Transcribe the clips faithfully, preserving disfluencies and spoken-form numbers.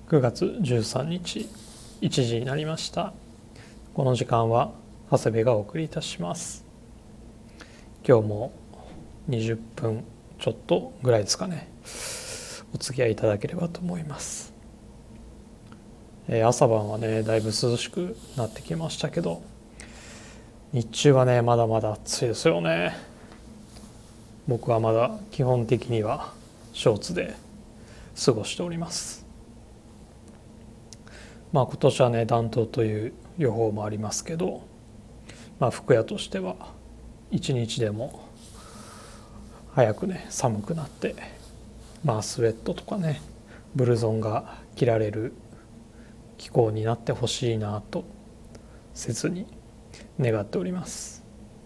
くがつじゅうさんにちいちじになりました。この時間は長谷部がお送りいたします。今日もにじゅっぷんちょっとぐらいですかね、お付き合いいただければと思います。えー、朝晩はねだいぶ涼しくなってきましたけど、日中はねまだまだ暑いですよね。僕はまだ基本的にはショーツで過ごしております。まあ今年はね暖冬という予報もありますけど、まあ服屋としては一日でも早くね寒くなって、まあスウェットとかねブルゾンが着られる気候になってほしいなと切に願っております。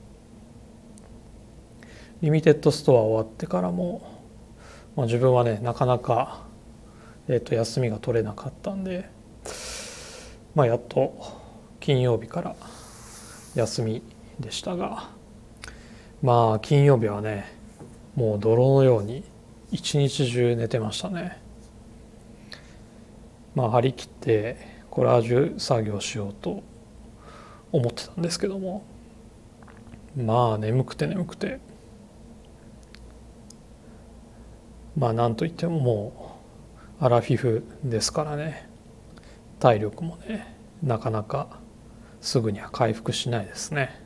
リミテッドストア終わってからも、まあ、自分はねなかなか、えーと休みが取れなかったんで、まあ、やっと金曜日から休みでしたが、まあ金曜日はねもう泥のように一日中寝てましたね。まあ張り切ってコラージュ作業しようと思ってたんですけども、まあ眠くて眠くてまあなんといってももうアラフィフですからね、体力もねなかなかすぐには回復しないですね。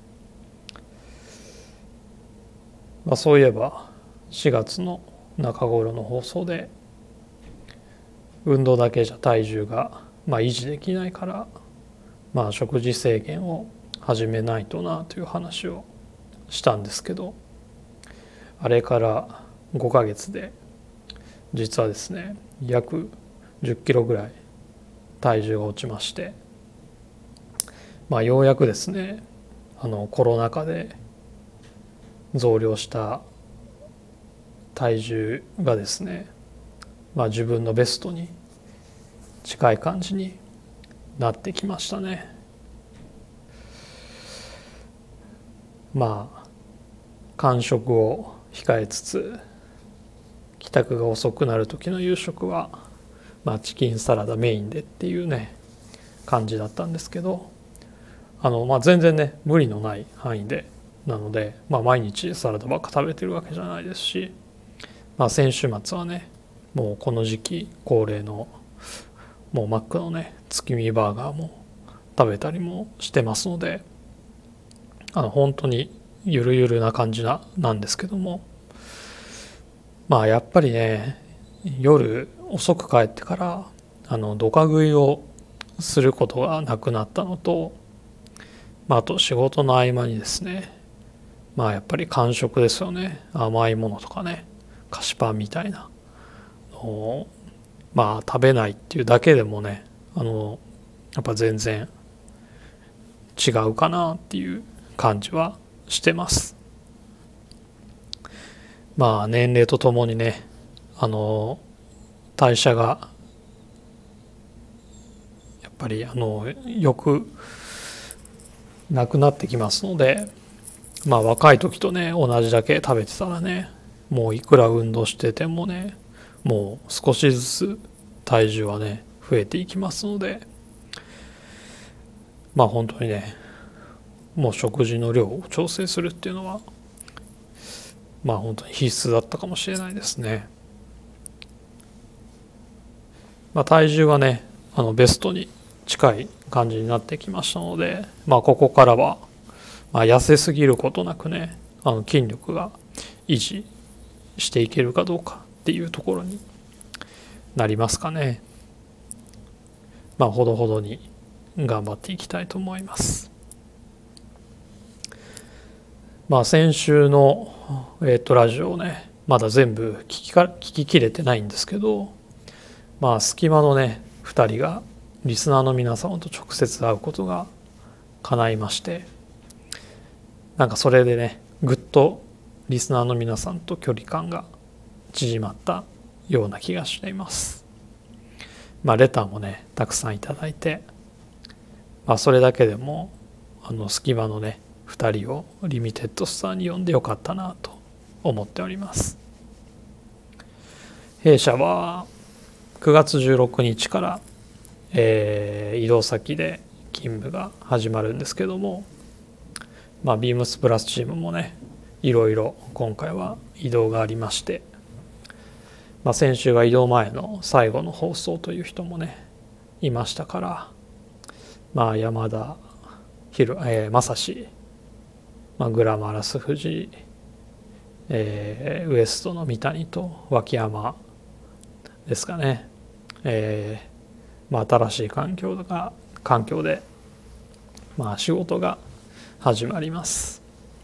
まあ、そういえばしがつの中頃の放送で運動だけじゃ体重がまあ維持できないから、まあ食事制限を始めないとなという話をしたんですけど、あれからごかげつで実はですね約じゅっキロぐらい体重が落ちまして、まあようやくですねあのコロナ禍で増量した体重がですね、まあ、自分のベストに近い感じになってきましたね。まあ間食を控えつつ帰宅が遅くなる時の夕食は、まあ、チキンサラダメインでっていうね感じだったんですけど、あの、まあ、全然ね無理のない範囲でなので、まあ、毎日サラダばっか食べてるわけじゃないですし、まあ、先週末はねもうこの時期恒例のもうマックのね月見バーガーも食べたりもしてますので、あの本当にゆるゆるな感じななんですけども、まあやっぱりね夜遅く帰ってからあのドカ食いをすることがなくなったのと、まあ、あと仕事の合間にですね、まあやっぱり間食ですよね。甘いものとかね菓子パンみたいなのをまあ食べないっていうだけでもね、あのやっぱ全然違うかなっていう感じはしてます。まあ年齢とともにねあの代謝がやっぱりあのよくなくなってきますので、まあ若い時とね同じだけ食べてたらねもういくら運動しててもねもう少しずつ体重はね増えていきますので、まあ本当にねもう食事の量を調整するっていうのはまあ本当に必須だったかもしれないですね。まあ体重はねあのベストに近い感じになってきましたので、まあここからはまあ痩せすぎることなくねあの筋力が維持していけるかどうかっていうところになりますかね。まあほどほどに頑張っていきたいと思います。まあ先週の、えー、とラジオをねまだ全部聞きか聞ききれてないんですけど、まあ隙間のねふたりがリスナーの皆様と直接会うことが叶いまして、なんかそれでねぐっとリスナーの皆さんと距離感が縮まったような気がしています。まあレターもねたくさんいただいて、まあそれだけでもあの隙間のねふたりをリミテッドスターに呼んでよかったなと思っております。弊社はくがつじゅうろくにちから、えー、移動先で勤務が始まるんですけども、まあ、ビームスプラスチームもねいろいろ今回は移動がありまして、まあ、先週は移動前の最後の放送という人もねいましたから、まあ、山田ひろ、えー、正志、まあ、グラマラス富士、えー、ウエストの三谷と脇山ですかね、えーまあ、新しい環境が環境で、まあ、仕事が始まります。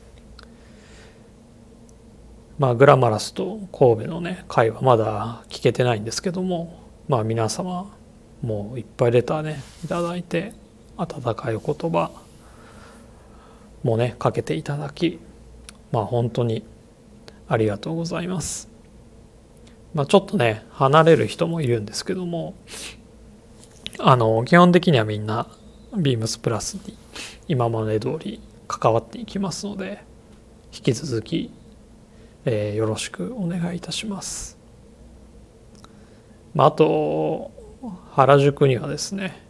まあ、グラマラスと神戸のね会はまだ聞けてないんですけども、まあ、皆様もういっぱいレターねいただいて、温かいお言葉もねかけていただき、まあ本当にありがとうございます。まあ、ちょっとね離れる人もいるんですけども、あの基本的にはみんなビームスプラスに今まで通り関わっていきますので、引き続き、えー、よろしくお願いいたします。まあ、あと原宿にはですね、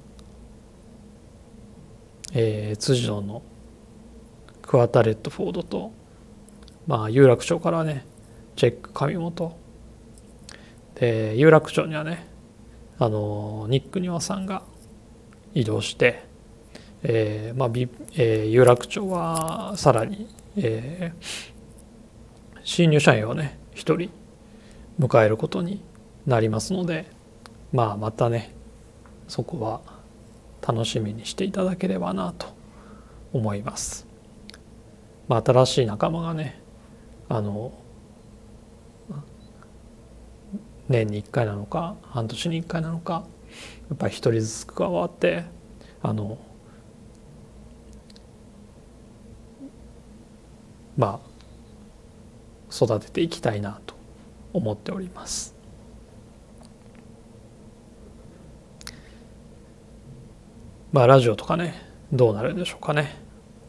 えー、辻堂のクワタレットフォードと、まあ、有楽町からねチェック上本で、有楽町にはねあのニックニワさんが移動して、えーまあえー、有楽町はさらに、えー、新入社員をね一人迎えることになりますので、まあ、またねそこは楽しみにしていただければなと思います。まあ、新しい仲間がねあの年にいっかいなのか半年にいっかいなのかやっぱり一人ずつ加わって、あのまあ育てていきたいなと思っております。まあラジオとかねどうなるんでしょうかね。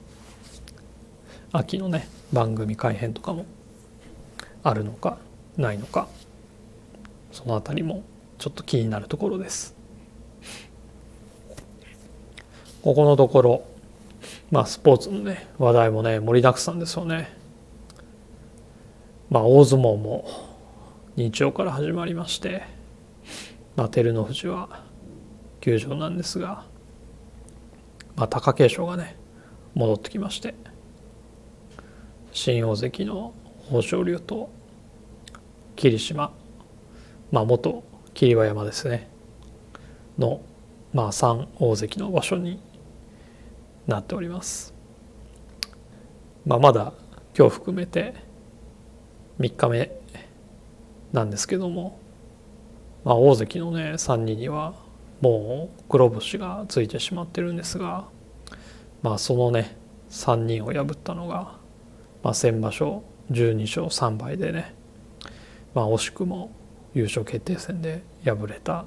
秋のね番組改編とかもあるのかないのか、そのあたりもちょっと気になるところです。ここのところ、まあスポーツのね話題もね盛りだくさんですよね。まあ大相撲も日曜から始まりまして、まあ、照ノ富士は休場なんですが、まあ、貴景勝がね戻ってきまして、新大関の豊昇龍と霧島、まあ、元霧馬山ですねの、まあ、さん大関の場所になっております。まあ、まだ今日含めてみっかめなんですけども、まあ、大関のねさんにんにはもう黒星がついてしまってるんですが、まあ、そのねさんにんを破ったのが、まあ、先場所じゅうにしょうさんばいでね、まあ、惜しくも優勝決定戦で敗れた、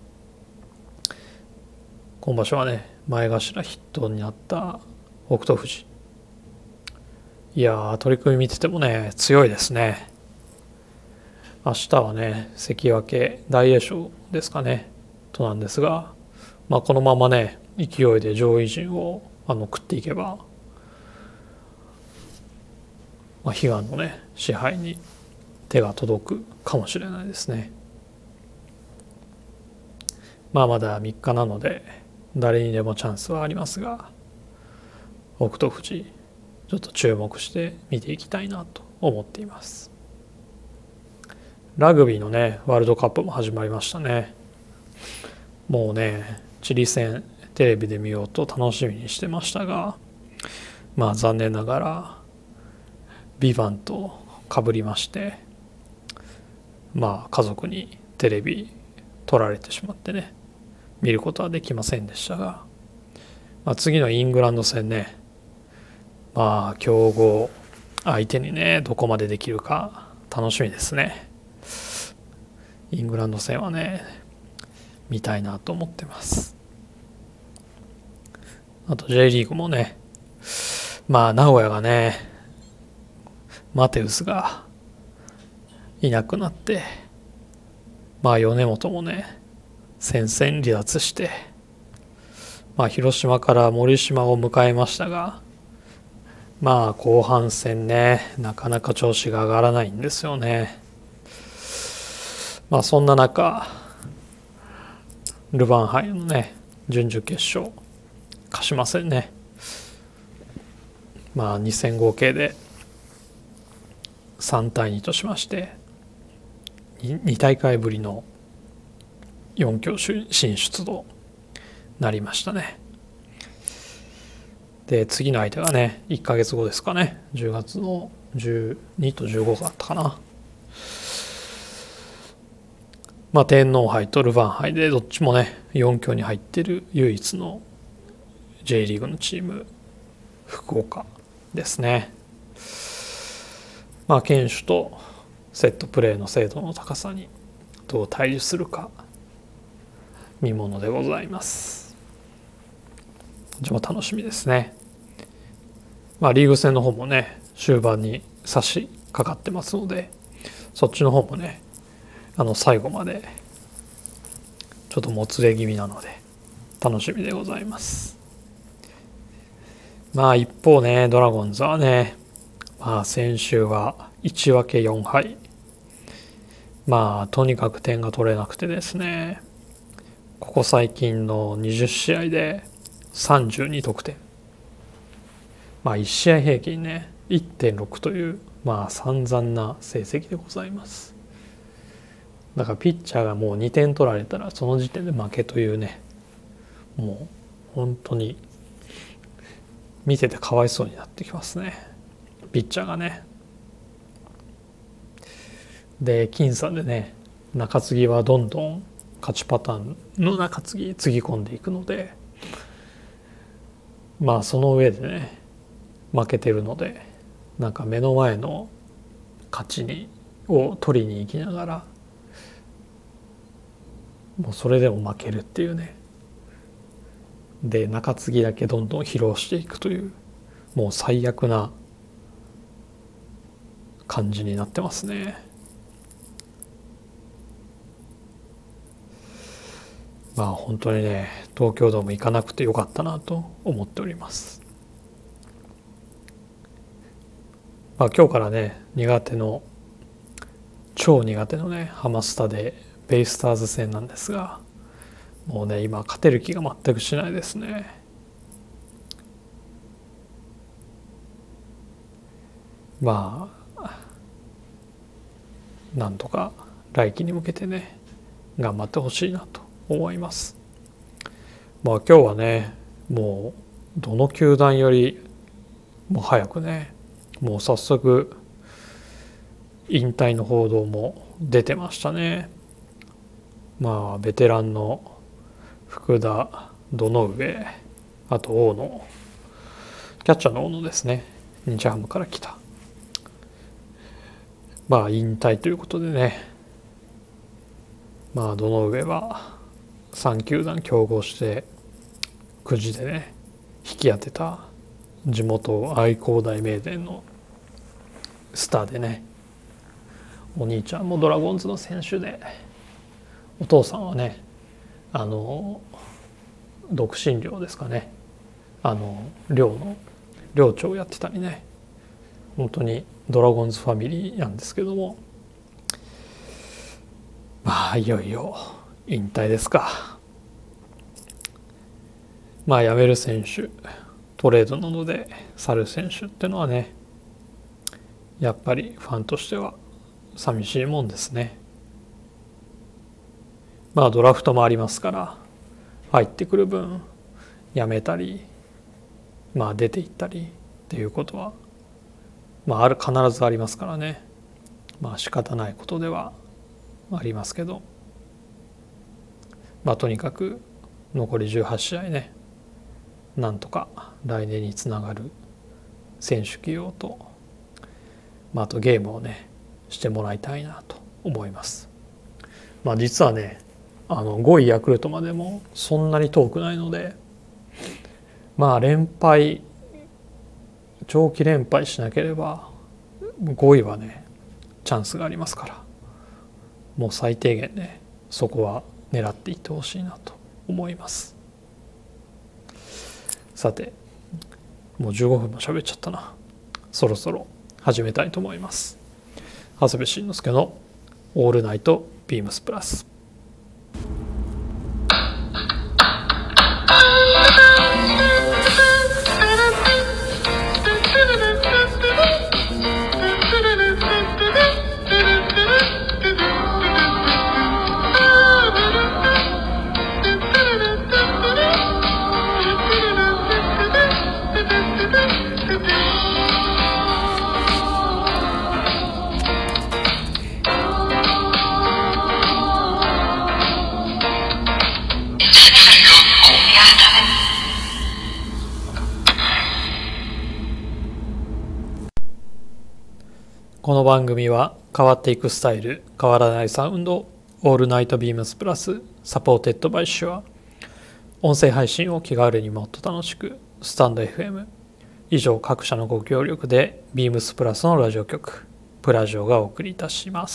今場所はね前頭筆頭になった北勝富士。いやー取り組み見ててもね強いですね。明日はね関脇大栄翔ですかねとなんですが、まあ、このままね勢いで上位陣をあの食っていけば、まあ、悲願のね支配に手が届くかもしれないですね。まあまだみっかなので誰にでもチャンスはありますが、北勝富士ちょっと注目して見ていきたいなと思っています。ラグビーのねワールドカップも始まりましたね。もうねチリ戦テレビで見ようと楽しみにしてましたが、まあ残念ながらビバンとかぶりまして、まあ家族にテレビ取られてしまってね見ることはできませんでしたが、まあ、次のイングランド戦ね、まあ強豪相手にねどこまでできるか楽しみですね。イングランド戦はね見たいなと思ってます。あと J リーグもね、まあ名古屋がねマテウスがいなくなって、 まあ米本もね戦線離脱して、まあ広島から森島を迎えましたが、まあ後半戦ねなかなか調子が上がらないんですよね。まあそんな中ルヴァン杯のね準々決勝鹿島戦ね、まあに戦合計でさんたいにとしまして に, 大会ぶりのよん強進出となりましたね。で次の相手がねいっかげつごですかね、じゅうがつのじゅうにとじゅうごがあったかな。まあ天皇杯とルヴァン杯でどっちもねよん強に入っている唯一の J リーグのチーム福岡ですね。まあ堅守とセットプレーの精度の高さにどう対峙するか見ものでございます。じゃあ楽しみですね。まあリーグ戦の方もね終盤に差し掛かってますので、そっちの方もねあの最後までちょっともつれ気味なので楽しみでございます。まあ一方ねドラゴンズはね、まあ先週はいち分けよん敗、まあとにかく点が取れなくてですね、ここ最近のにじゅっしあいでさんじゅうにとくてん、まあいち試合平均ね いってんろく というまあ散々な成績でございます。だからピッチャーがもうにてん取られたらその時点で負けというね、もう本当に見ててかわいそうになってきますねピッチャーがね。で僅差でね中継ぎはどんどん勝ちパターンの中継ぎつぎ込んでいくので、まあその上でね負けてるので、なんか目の前の勝ちにを取りに行きながらもうそれでも負けるっていうね、で中継ぎだけどんどん疲労していくというもう最悪な感じになってますね。まあ本当にね東京ドーム行かなくてよかったなと思っております。まあ今日からね苦手の超苦手のねハマスタでベイスターズ戦なんですが、もうね今勝てる気が全くしないですね。まあなんとか来季に向けてね頑張ってほしいなと思います。まあ今日はねもうどの球団よりも早くねもう早速引退の報道も出てましたね。まあベテランの福田堂上、あと大野、キャッチャーの大野ですね、日ハムから来た、まあ引退ということでね、まあ堂上はさん球団競合してくじでね引き当てた地元愛工大名電のスターでね、お兄ちゃんもドラゴンズの選手で、お父さんはねあの独身寮ですかね、あの寮の寮長をやってたりね、本当にドラゴンズファミリーなんですけども、まあいよいよ引退ですか。まあ辞める選手トレードなどで去る選手ってのはねやっぱりファンとしては寂しいもんですね。まあドラフトもありますから入ってくる分辞めたりまあ出ていったりっていうことはまあある必ずありますからね、まあ仕方ないことではありますけど、まあとにかく残りじゅうはち試合ねなんとか来年につながる選手起用と、まあ、あとゲームをねしてもらいたいなと思います。まあ実はねあのごいヤクルトまでもそんなに遠くないので、まあ連敗長期連敗しなければごいはねチャンスがありますから、もう最低限ねそこは狙っていってほしいなと思います。さて、もうじゅうごふんも喋っちゃったな。そろそろ始めたいと思います。長谷部慎之介のオールナイトビームスプラス。この番組は変わっていくスタイル、変わらないサウンド、オールナイトビームスプラス、サポーテッドバイシュア。音声配信を気軽にもっと楽しく、スタンド エフエム。以上各社のご協力で、ビームスプラスのラジオ局、プラジオがお送りいたします。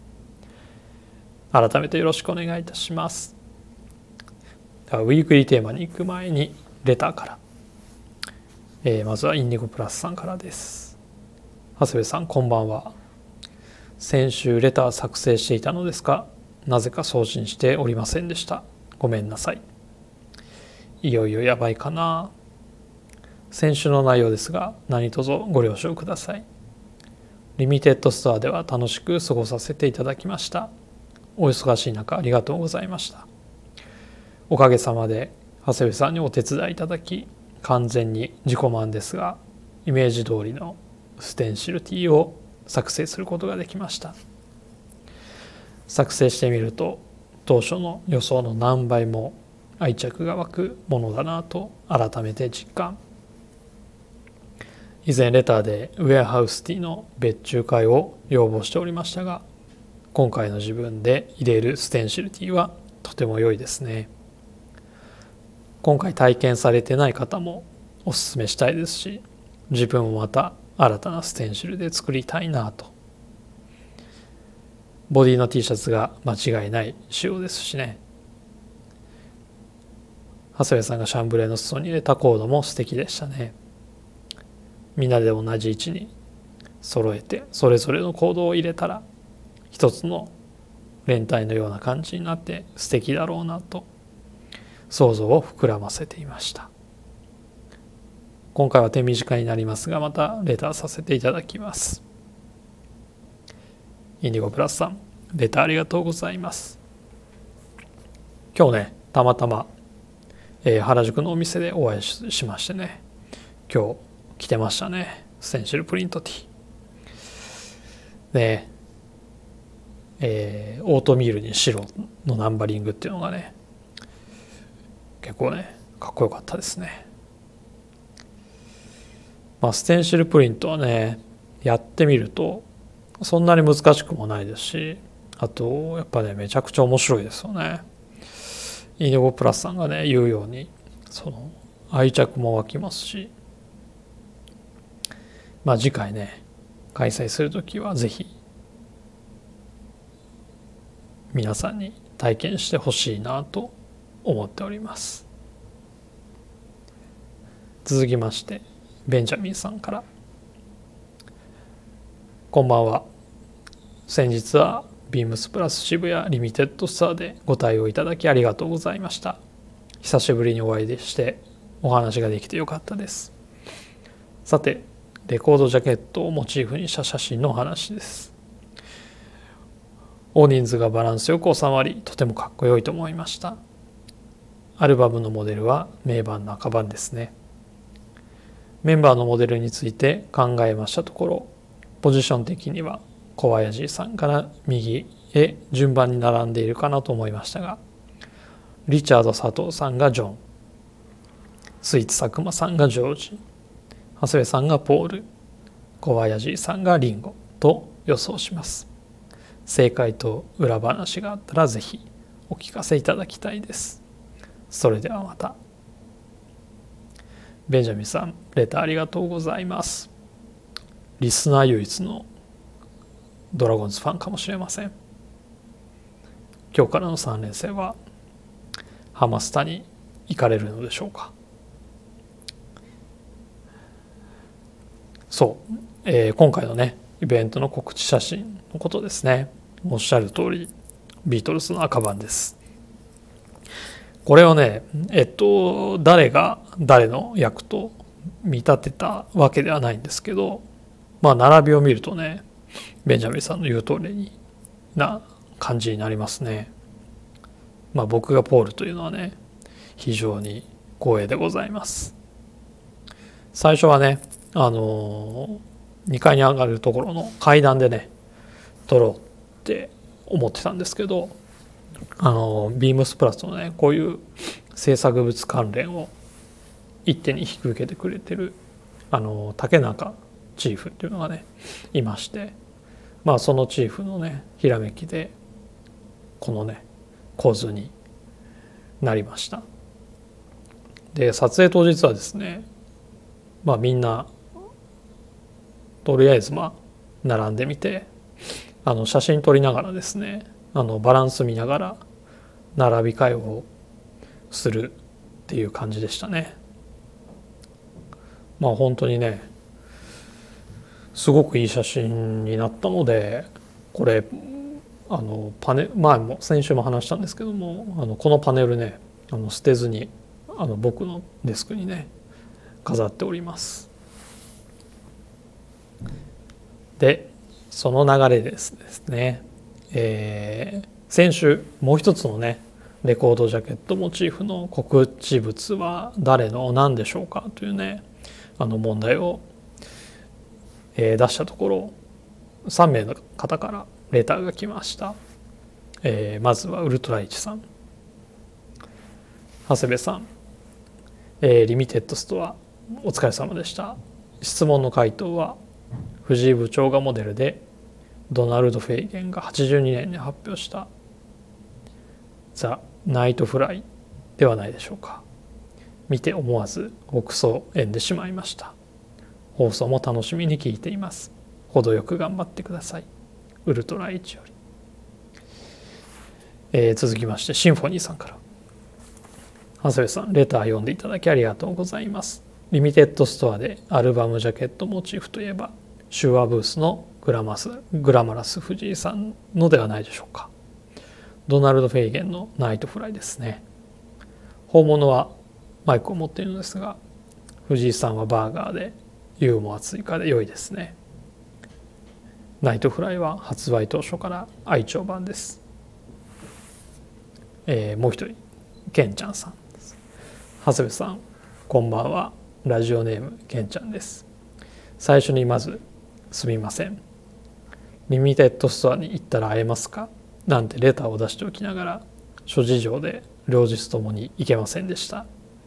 改めてよろしくお願いいたします。ではウィークリーテーマに行く前に、レターから。えー、まずはインディゴプラスさんからです。長谷部さん、こんばんは。先週レター作成していたのですが、なぜか送信しておりませんでした。ごめんなさい。いよいよやばいかな。先週の内容ですが、何卒ご了承ください。リミテッドストアでは楽しく過ごさせていただきました。お忙しい中ありがとうございました。おかげさまで長谷部さんにお手伝いいただき、完全に自己満ですが、イメージ通りのステンシル T を作成することができました。作成してみると当初の予想の何倍も愛着が湧くものだなと改めて実感。以前レターでウェアハウス T の別注会を要望しておりましたが、今回の自分で入れるステンシル T はとても良いですね。今回体験されてない方もおすすめしたいですし、自分もまた新たなステンシルで作りたいなと。ボディの T シャツが間違いない仕様ですしね。長谷部さんがシャンブレーの裾に入れたコードも素敵でしたね。みんなで同じ位置に揃えてそれぞれのコードを入れたら一つの連体のような感じになって素敵だろうなと想像を膨らませていました。今回は手短になりますが、またレターさせていただきます。インディゴプラスさん、レターありがとうございます。今日ね、たまたま、えー、原宿のお店でお会い し, しましてね、今日着てましたね、ステンシルプリント T で、えー、オートミールに白のナンバリングっていうのがね、結構ねかっこよかったですね。まあ、ステンシルプリントはね、やってみるとそんなに難しくもないですし、あとやっぱねめちゃくちゃ面白いですよね。インディゴプラスさんがね言うように、その愛着も湧きますし、まあ次回ね開催するときはぜひ皆さんに体験してほしいなと思っております。続きましてベンジャミンさんから、こんばんは。先日はビームスプラス渋谷リミテッドストアでご対応いただきありがとうございました。久しぶりにお会いでしてお話ができてよかったです。さて、レコードジャケットをモチーフにした写真のお話です。大人数がバランスよく収まり、とてもかっこよいと思いました。アルバムのモデルは名盤の赤版ですね。メンバーのモデルについて考えましたところ、ポジション的には小林さんから右へ順番に並んでいるかなと思いましたが、リチャード佐藤さんがジョン、スイーツ佐久間さんがジョージ、長谷部さんがポール、小林さんがリンゴと予想します。正解と裏話があったらぜひお聞かせいただきたいです。それではまた。ベンジャミンさん、レターありがとうございます。リスナー唯一のドラゴンズファンかもしれません。 今日からのさん連戦はハマスタに行かれるのでしょうか。そう、えー、今回のねイベントの告知写真のことですね。おっしゃる通りビートルズの赤版です。これをねえっと誰が誰の役と見立てたわけではないんですけど、まあ並びを見るとねベンジャミンさんの言う通りな感じになりますね。まあ僕がポールというのはね非常に光栄でございます。最初はねあのにかいに上がるところの階段でね撮ろうって思ってたんですけど、あのビームスプラスのねこういう制作物関連を一手に引き受けてくれてるあの竹中チーフっていうのがねいまして、まあそのチーフのねひらめきでこのね構図になりました。で撮影当日はですねまあみんなとりあえずまあ並んでみてあの写真撮りながらですねあのバランス見ながら並び替えをするっていう感じでしたね。まあ本当にねすごくいい写真になったので、これあのパネ前も先週も話したんですけどもあのこのパネルねあの捨てずにあの僕のデスクにね飾っております。でその流れですね、えー、先週もう一つのねレコードジャケットモチーフの告知物は誰の何でしょうかというねあの問題を、えー、出したところさん名の方からレターが来ました。えー、まずはウルトライチさん、長谷部さん、えー、リミテッドストアお疲れ様でした。質問の回答は藤井部長がモデルでドナルド・フェイゲンがはちじゅうにねんに発表したザ・ナイト・フライではないでしょうか。見て思わず北総園でしまいました。放送も楽しみに聞いています。程よく頑張ってください。ウルトライチより、えー、続きましてシンフォニーさんから、長谷部さんレター読んでいただきありがとうございます。リミテッドストアでアルバムジャケットモチーフといえばシュアブースのグラマスグラマラス藤井さんのではないでしょうか。ドナルド・フェイゲンのナイトフライですね。本物はマイクを持っているのですが藤井さんはバーガーでユーモア追加で良いですね。ナイトフライは発売当初から愛聴版です。えー、もう一人ケンちゃんさんです。長谷部さんこんばんは。ラジオネームケンちゃんです。最初にまずすみません。リミテッドストアに行ったら会えますかなんてレターを出しておきながら諸事情で両日ともに行けませんでした。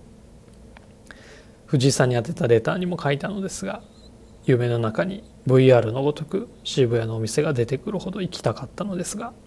藤井さんに宛てたレターにも書いたのですが夢の中に ブイアール のごとく渋谷のお店が出てくるほど行きたかったのですが、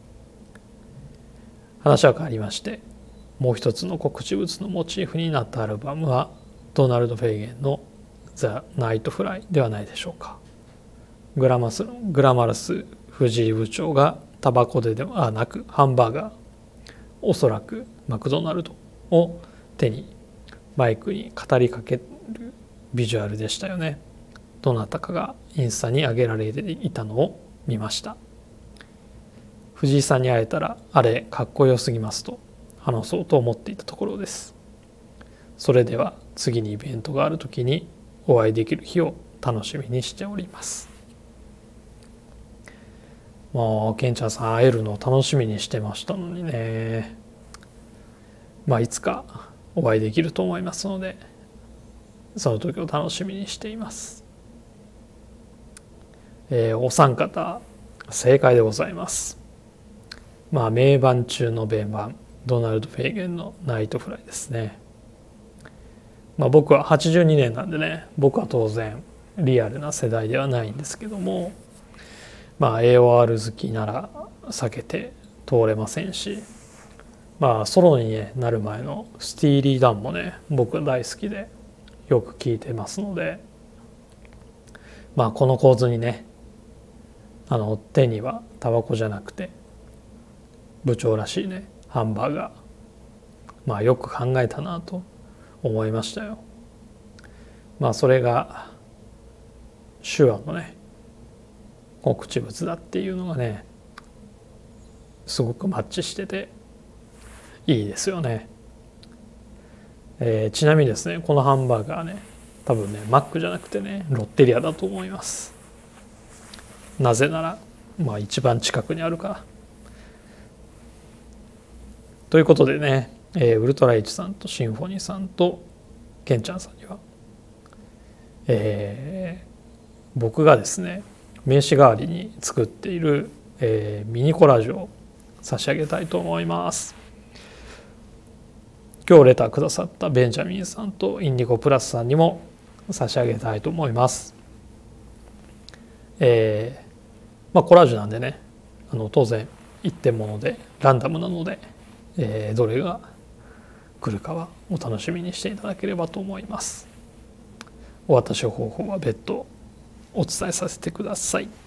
話は変わりましてもう一つの告知物のモチーフになったアルバムはドナルド・フェイゲンのザ・ナイト・フライではないでしょうか。グラマスグラマラス藤井部長がタバコでではなくハンバーガー、おそらくマクドナルドを手にバイクに語りかけるビジュアルでしたよね。どなたかがインスタに上げられていたのを見ました。藤井さんに会えたらあれかっこよすぎますと話そうと思っていたところです。それでは次にイベントがある時にお会いできる日を楽しみにしております。まあケンちゃんさん会えるのを楽しみにしてましたのにね。まあいつかお会いできると思いますのでその時を楽しみにしています。えー、お三方正解でございます。まあ名盤中の名盤ドナルド・フェイゲンのナイトフライですね。まあ僕ははちじゅうにねんなんでね僕は当然リアルな世代ではないんですけども、まあ エーオーアール 好きなら避けて通れませんし、まあソロになる前のスティーリー・ダンもね僕は大好きでよく聴いてますので、まあこの構図にねあの手にはタバコじゃなくて部長らしいねハンバーガー、まあよく考えたなと思いましたよ。まあそれが手話のね告知物だっていうのがねすごくマッチしてていいですよね。えー、ちなみにですねこのハンバーガーね多分ねマックじゃなくてねロッテリアだと思います。なぜならまあ一番近くにあるから。ということでね、えー、ウルトラ H さんとシンフォニーさんとケンちゃんさんには、えー、僕がですね名刺代わりに作っている、えー、ミニコラージュを差し上げたいと思います。今日レターくださったベンジャミンさんとインディゴプラスさんにも差し上げたいと思います。えー、まあコラージュなんでねあの当然一点物でランダムなので、えー、どれが来るかはお楽しみにしていただければと思います。お渡し方法は別途お伝えさせてください。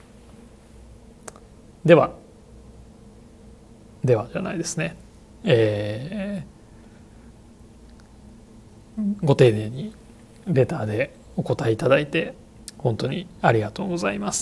ではではじゃないですね、えー、ご丁寧にレターでお答えいただいて本当にありがとうございます。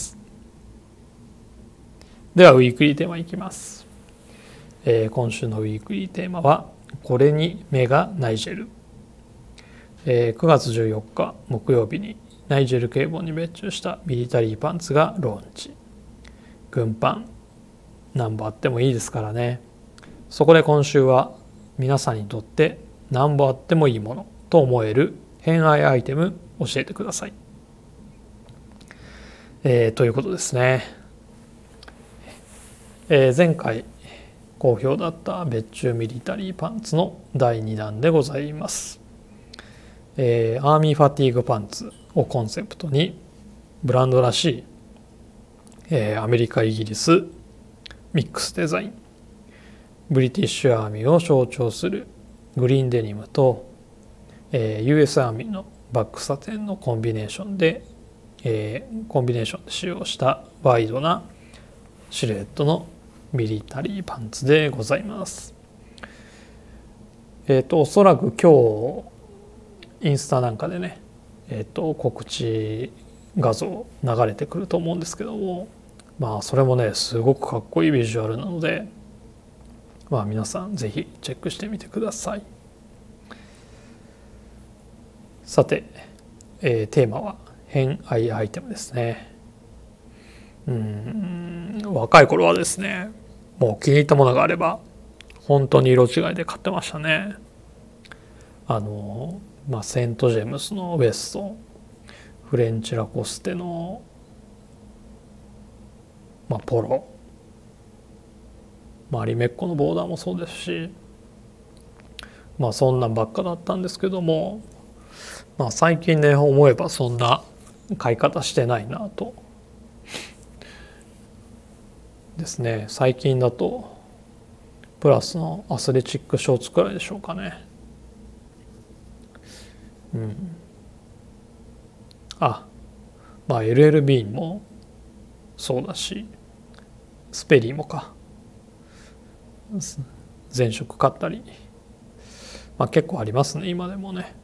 ではウィークリーテーマいきます、えー、今週のウィークリーテーマはこれに目がナイジェル、えー、くがつじゅうよっか木曜日にナイジェル警棒に別注したミリタリーパンツがローンチ。軍パン何本あってもいいですからね。そこで今週は皆さんにとって何本あってもいいものと思える偏愛アイテム教えてください、えー、ということですね、えー、前回好評だった別注ミリタリーパンツのだいにだんでございます、えー、アーミーファティーグパンツをコンセプトにブランドらしい、えー、アメリカイギリスミックスデザイン、ブリティッシュアーミーを象徴するグリーンデニムと、えー、ユーエス アーミーのバックサテンのコンビネーションで、えー、コンビネーションで使用したワイドなシルエットのミリタリーパンツでございます。えっとおそらく今日インスタなんかでね、えっと告知画像流れてくると思うんですけども、まあそれもねすごくかっこいいビジュアルなので、まあ皆さんぜひチェックしてみてください。さて、えー、テーマは偏愛アイテムですね。うーん若い頃はですねもう気に入ったものがあれば本当に色違いで買ってましたね。あのまあセントジェームスのウエスト、フレンチラコステの、まあ、ポロ、マリメッコのボーダーもそうですし、まあそんなんばっかだったんですけども、まあ最近ね思えばそんな買い方してないなとですね。最近だとプラスのアスレチックショーツくらいでしょうかね。うん。あ、まあ エルエルビー もそうだし、スペリーもか。前職買ったり、まあ結構ありますね今でもね。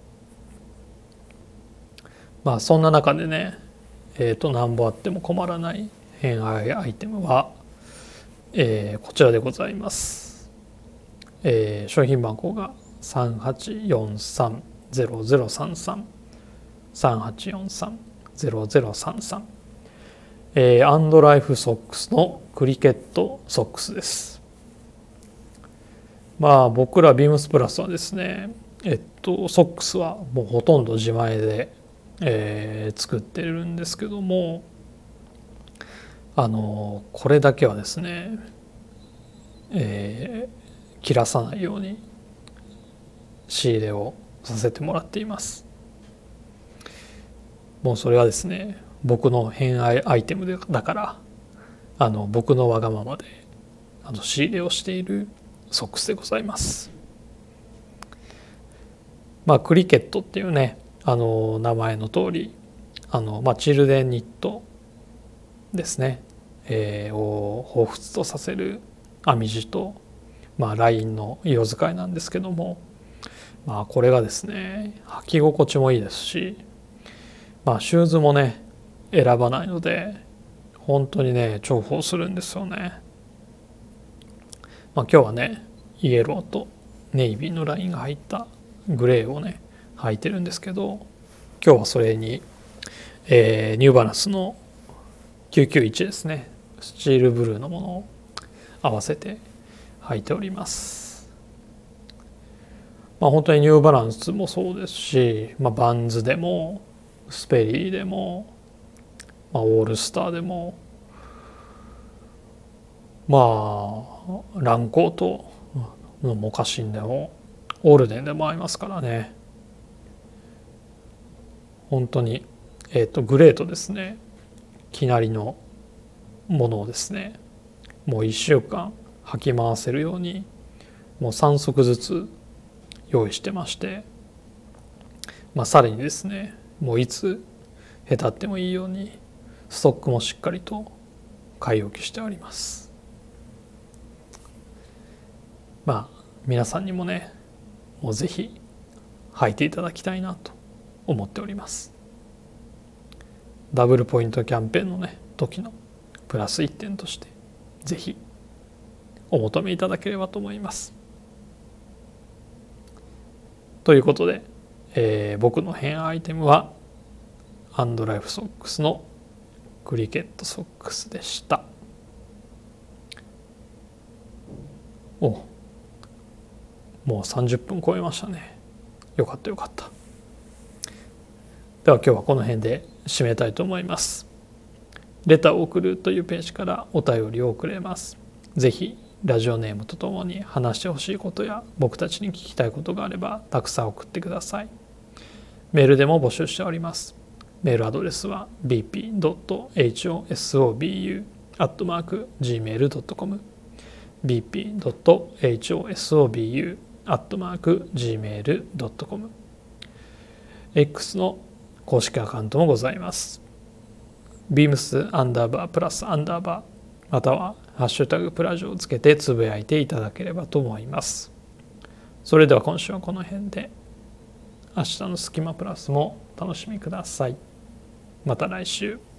まあそんな中でね、えっと何本あっても困らない偏愛アイテムは、えー、こちらでございます。えー、商品番号がさんはちよんさんゼロゼロさんさん さんはちよんさんゼロゼロさんさん、えー、アンドライフソックスのクリケットソックスです。まあ僕らビームスプラスはですね、えっとソックスはもうほとんど自前で、えー、作ってるんですけども、あのこれだけはですね、えー、切らさないように仕入れをさせてもらっています。もうそれはですね僕の偏愛アイテムだから、あの僕のわがままであの仕入れをしているソックスでございます。まあクリケットっていうねあの名前の通り、あのまあチルデンニットですね、えー、を彷彿とさせる編み地と、まあ、ラインの色使いなんですけども、まあ、これがですね履き心地もいいですし、まあ、シューズもね選ばないので本当にね重宝するんですよね。まあ、今日はねイエローとネイビーのラインが入ったグレーをね履いてるんですけど、今日はそれに、えー、ニューバランスのきゅうきゅういちですね、スチールブルーのものを合わせて履いております。まあ、本当にニューバランスもそうですし、まあ、バンズでもスペリーでも、まあ、オールスターでも、まあランコートのモカシンでもオールデンでも合いますからね。本当に、えー、とグレートですね、生成りのものをですねもういっしゅうかん履き回せるようにもうさん足ずつ用意してまして、まあ、さらにですねもういつへたってもいいようにストックもしっかりと買い置きしております。まあ皆さんにもねもうぜひ履いていただきたいなと思っております。ダブルポイントキャンペーンのね時のプラスいってんとしてぜひお求めいただければと思います。ということで、えー、僕の変アイテムはアンドライフソックスのクリケットソックスでした。おもうさんじゅっぷん超えましたね。よかったよかった。では今日はこの辺で締めたいと思います。レターを送るというページからお便りを送れます。ぜひラジオネームとともに話してほしいことや僕たちに聞きたいことがあればたくさん送ってください。メールでも募集しております。メールアドレスは ビーピードットホソブアットマークジーメールドットコム ビーピードットホソブアットマークジーメールドットコム X の公式アカウントもございます。ビームスアンダーバープラスアンダーバーまたはハッシュタグプラジオをつけてつぶやいていただければと思います。それでは今週はこの辺で、明日のスキマプラスも楽しみください。また来週。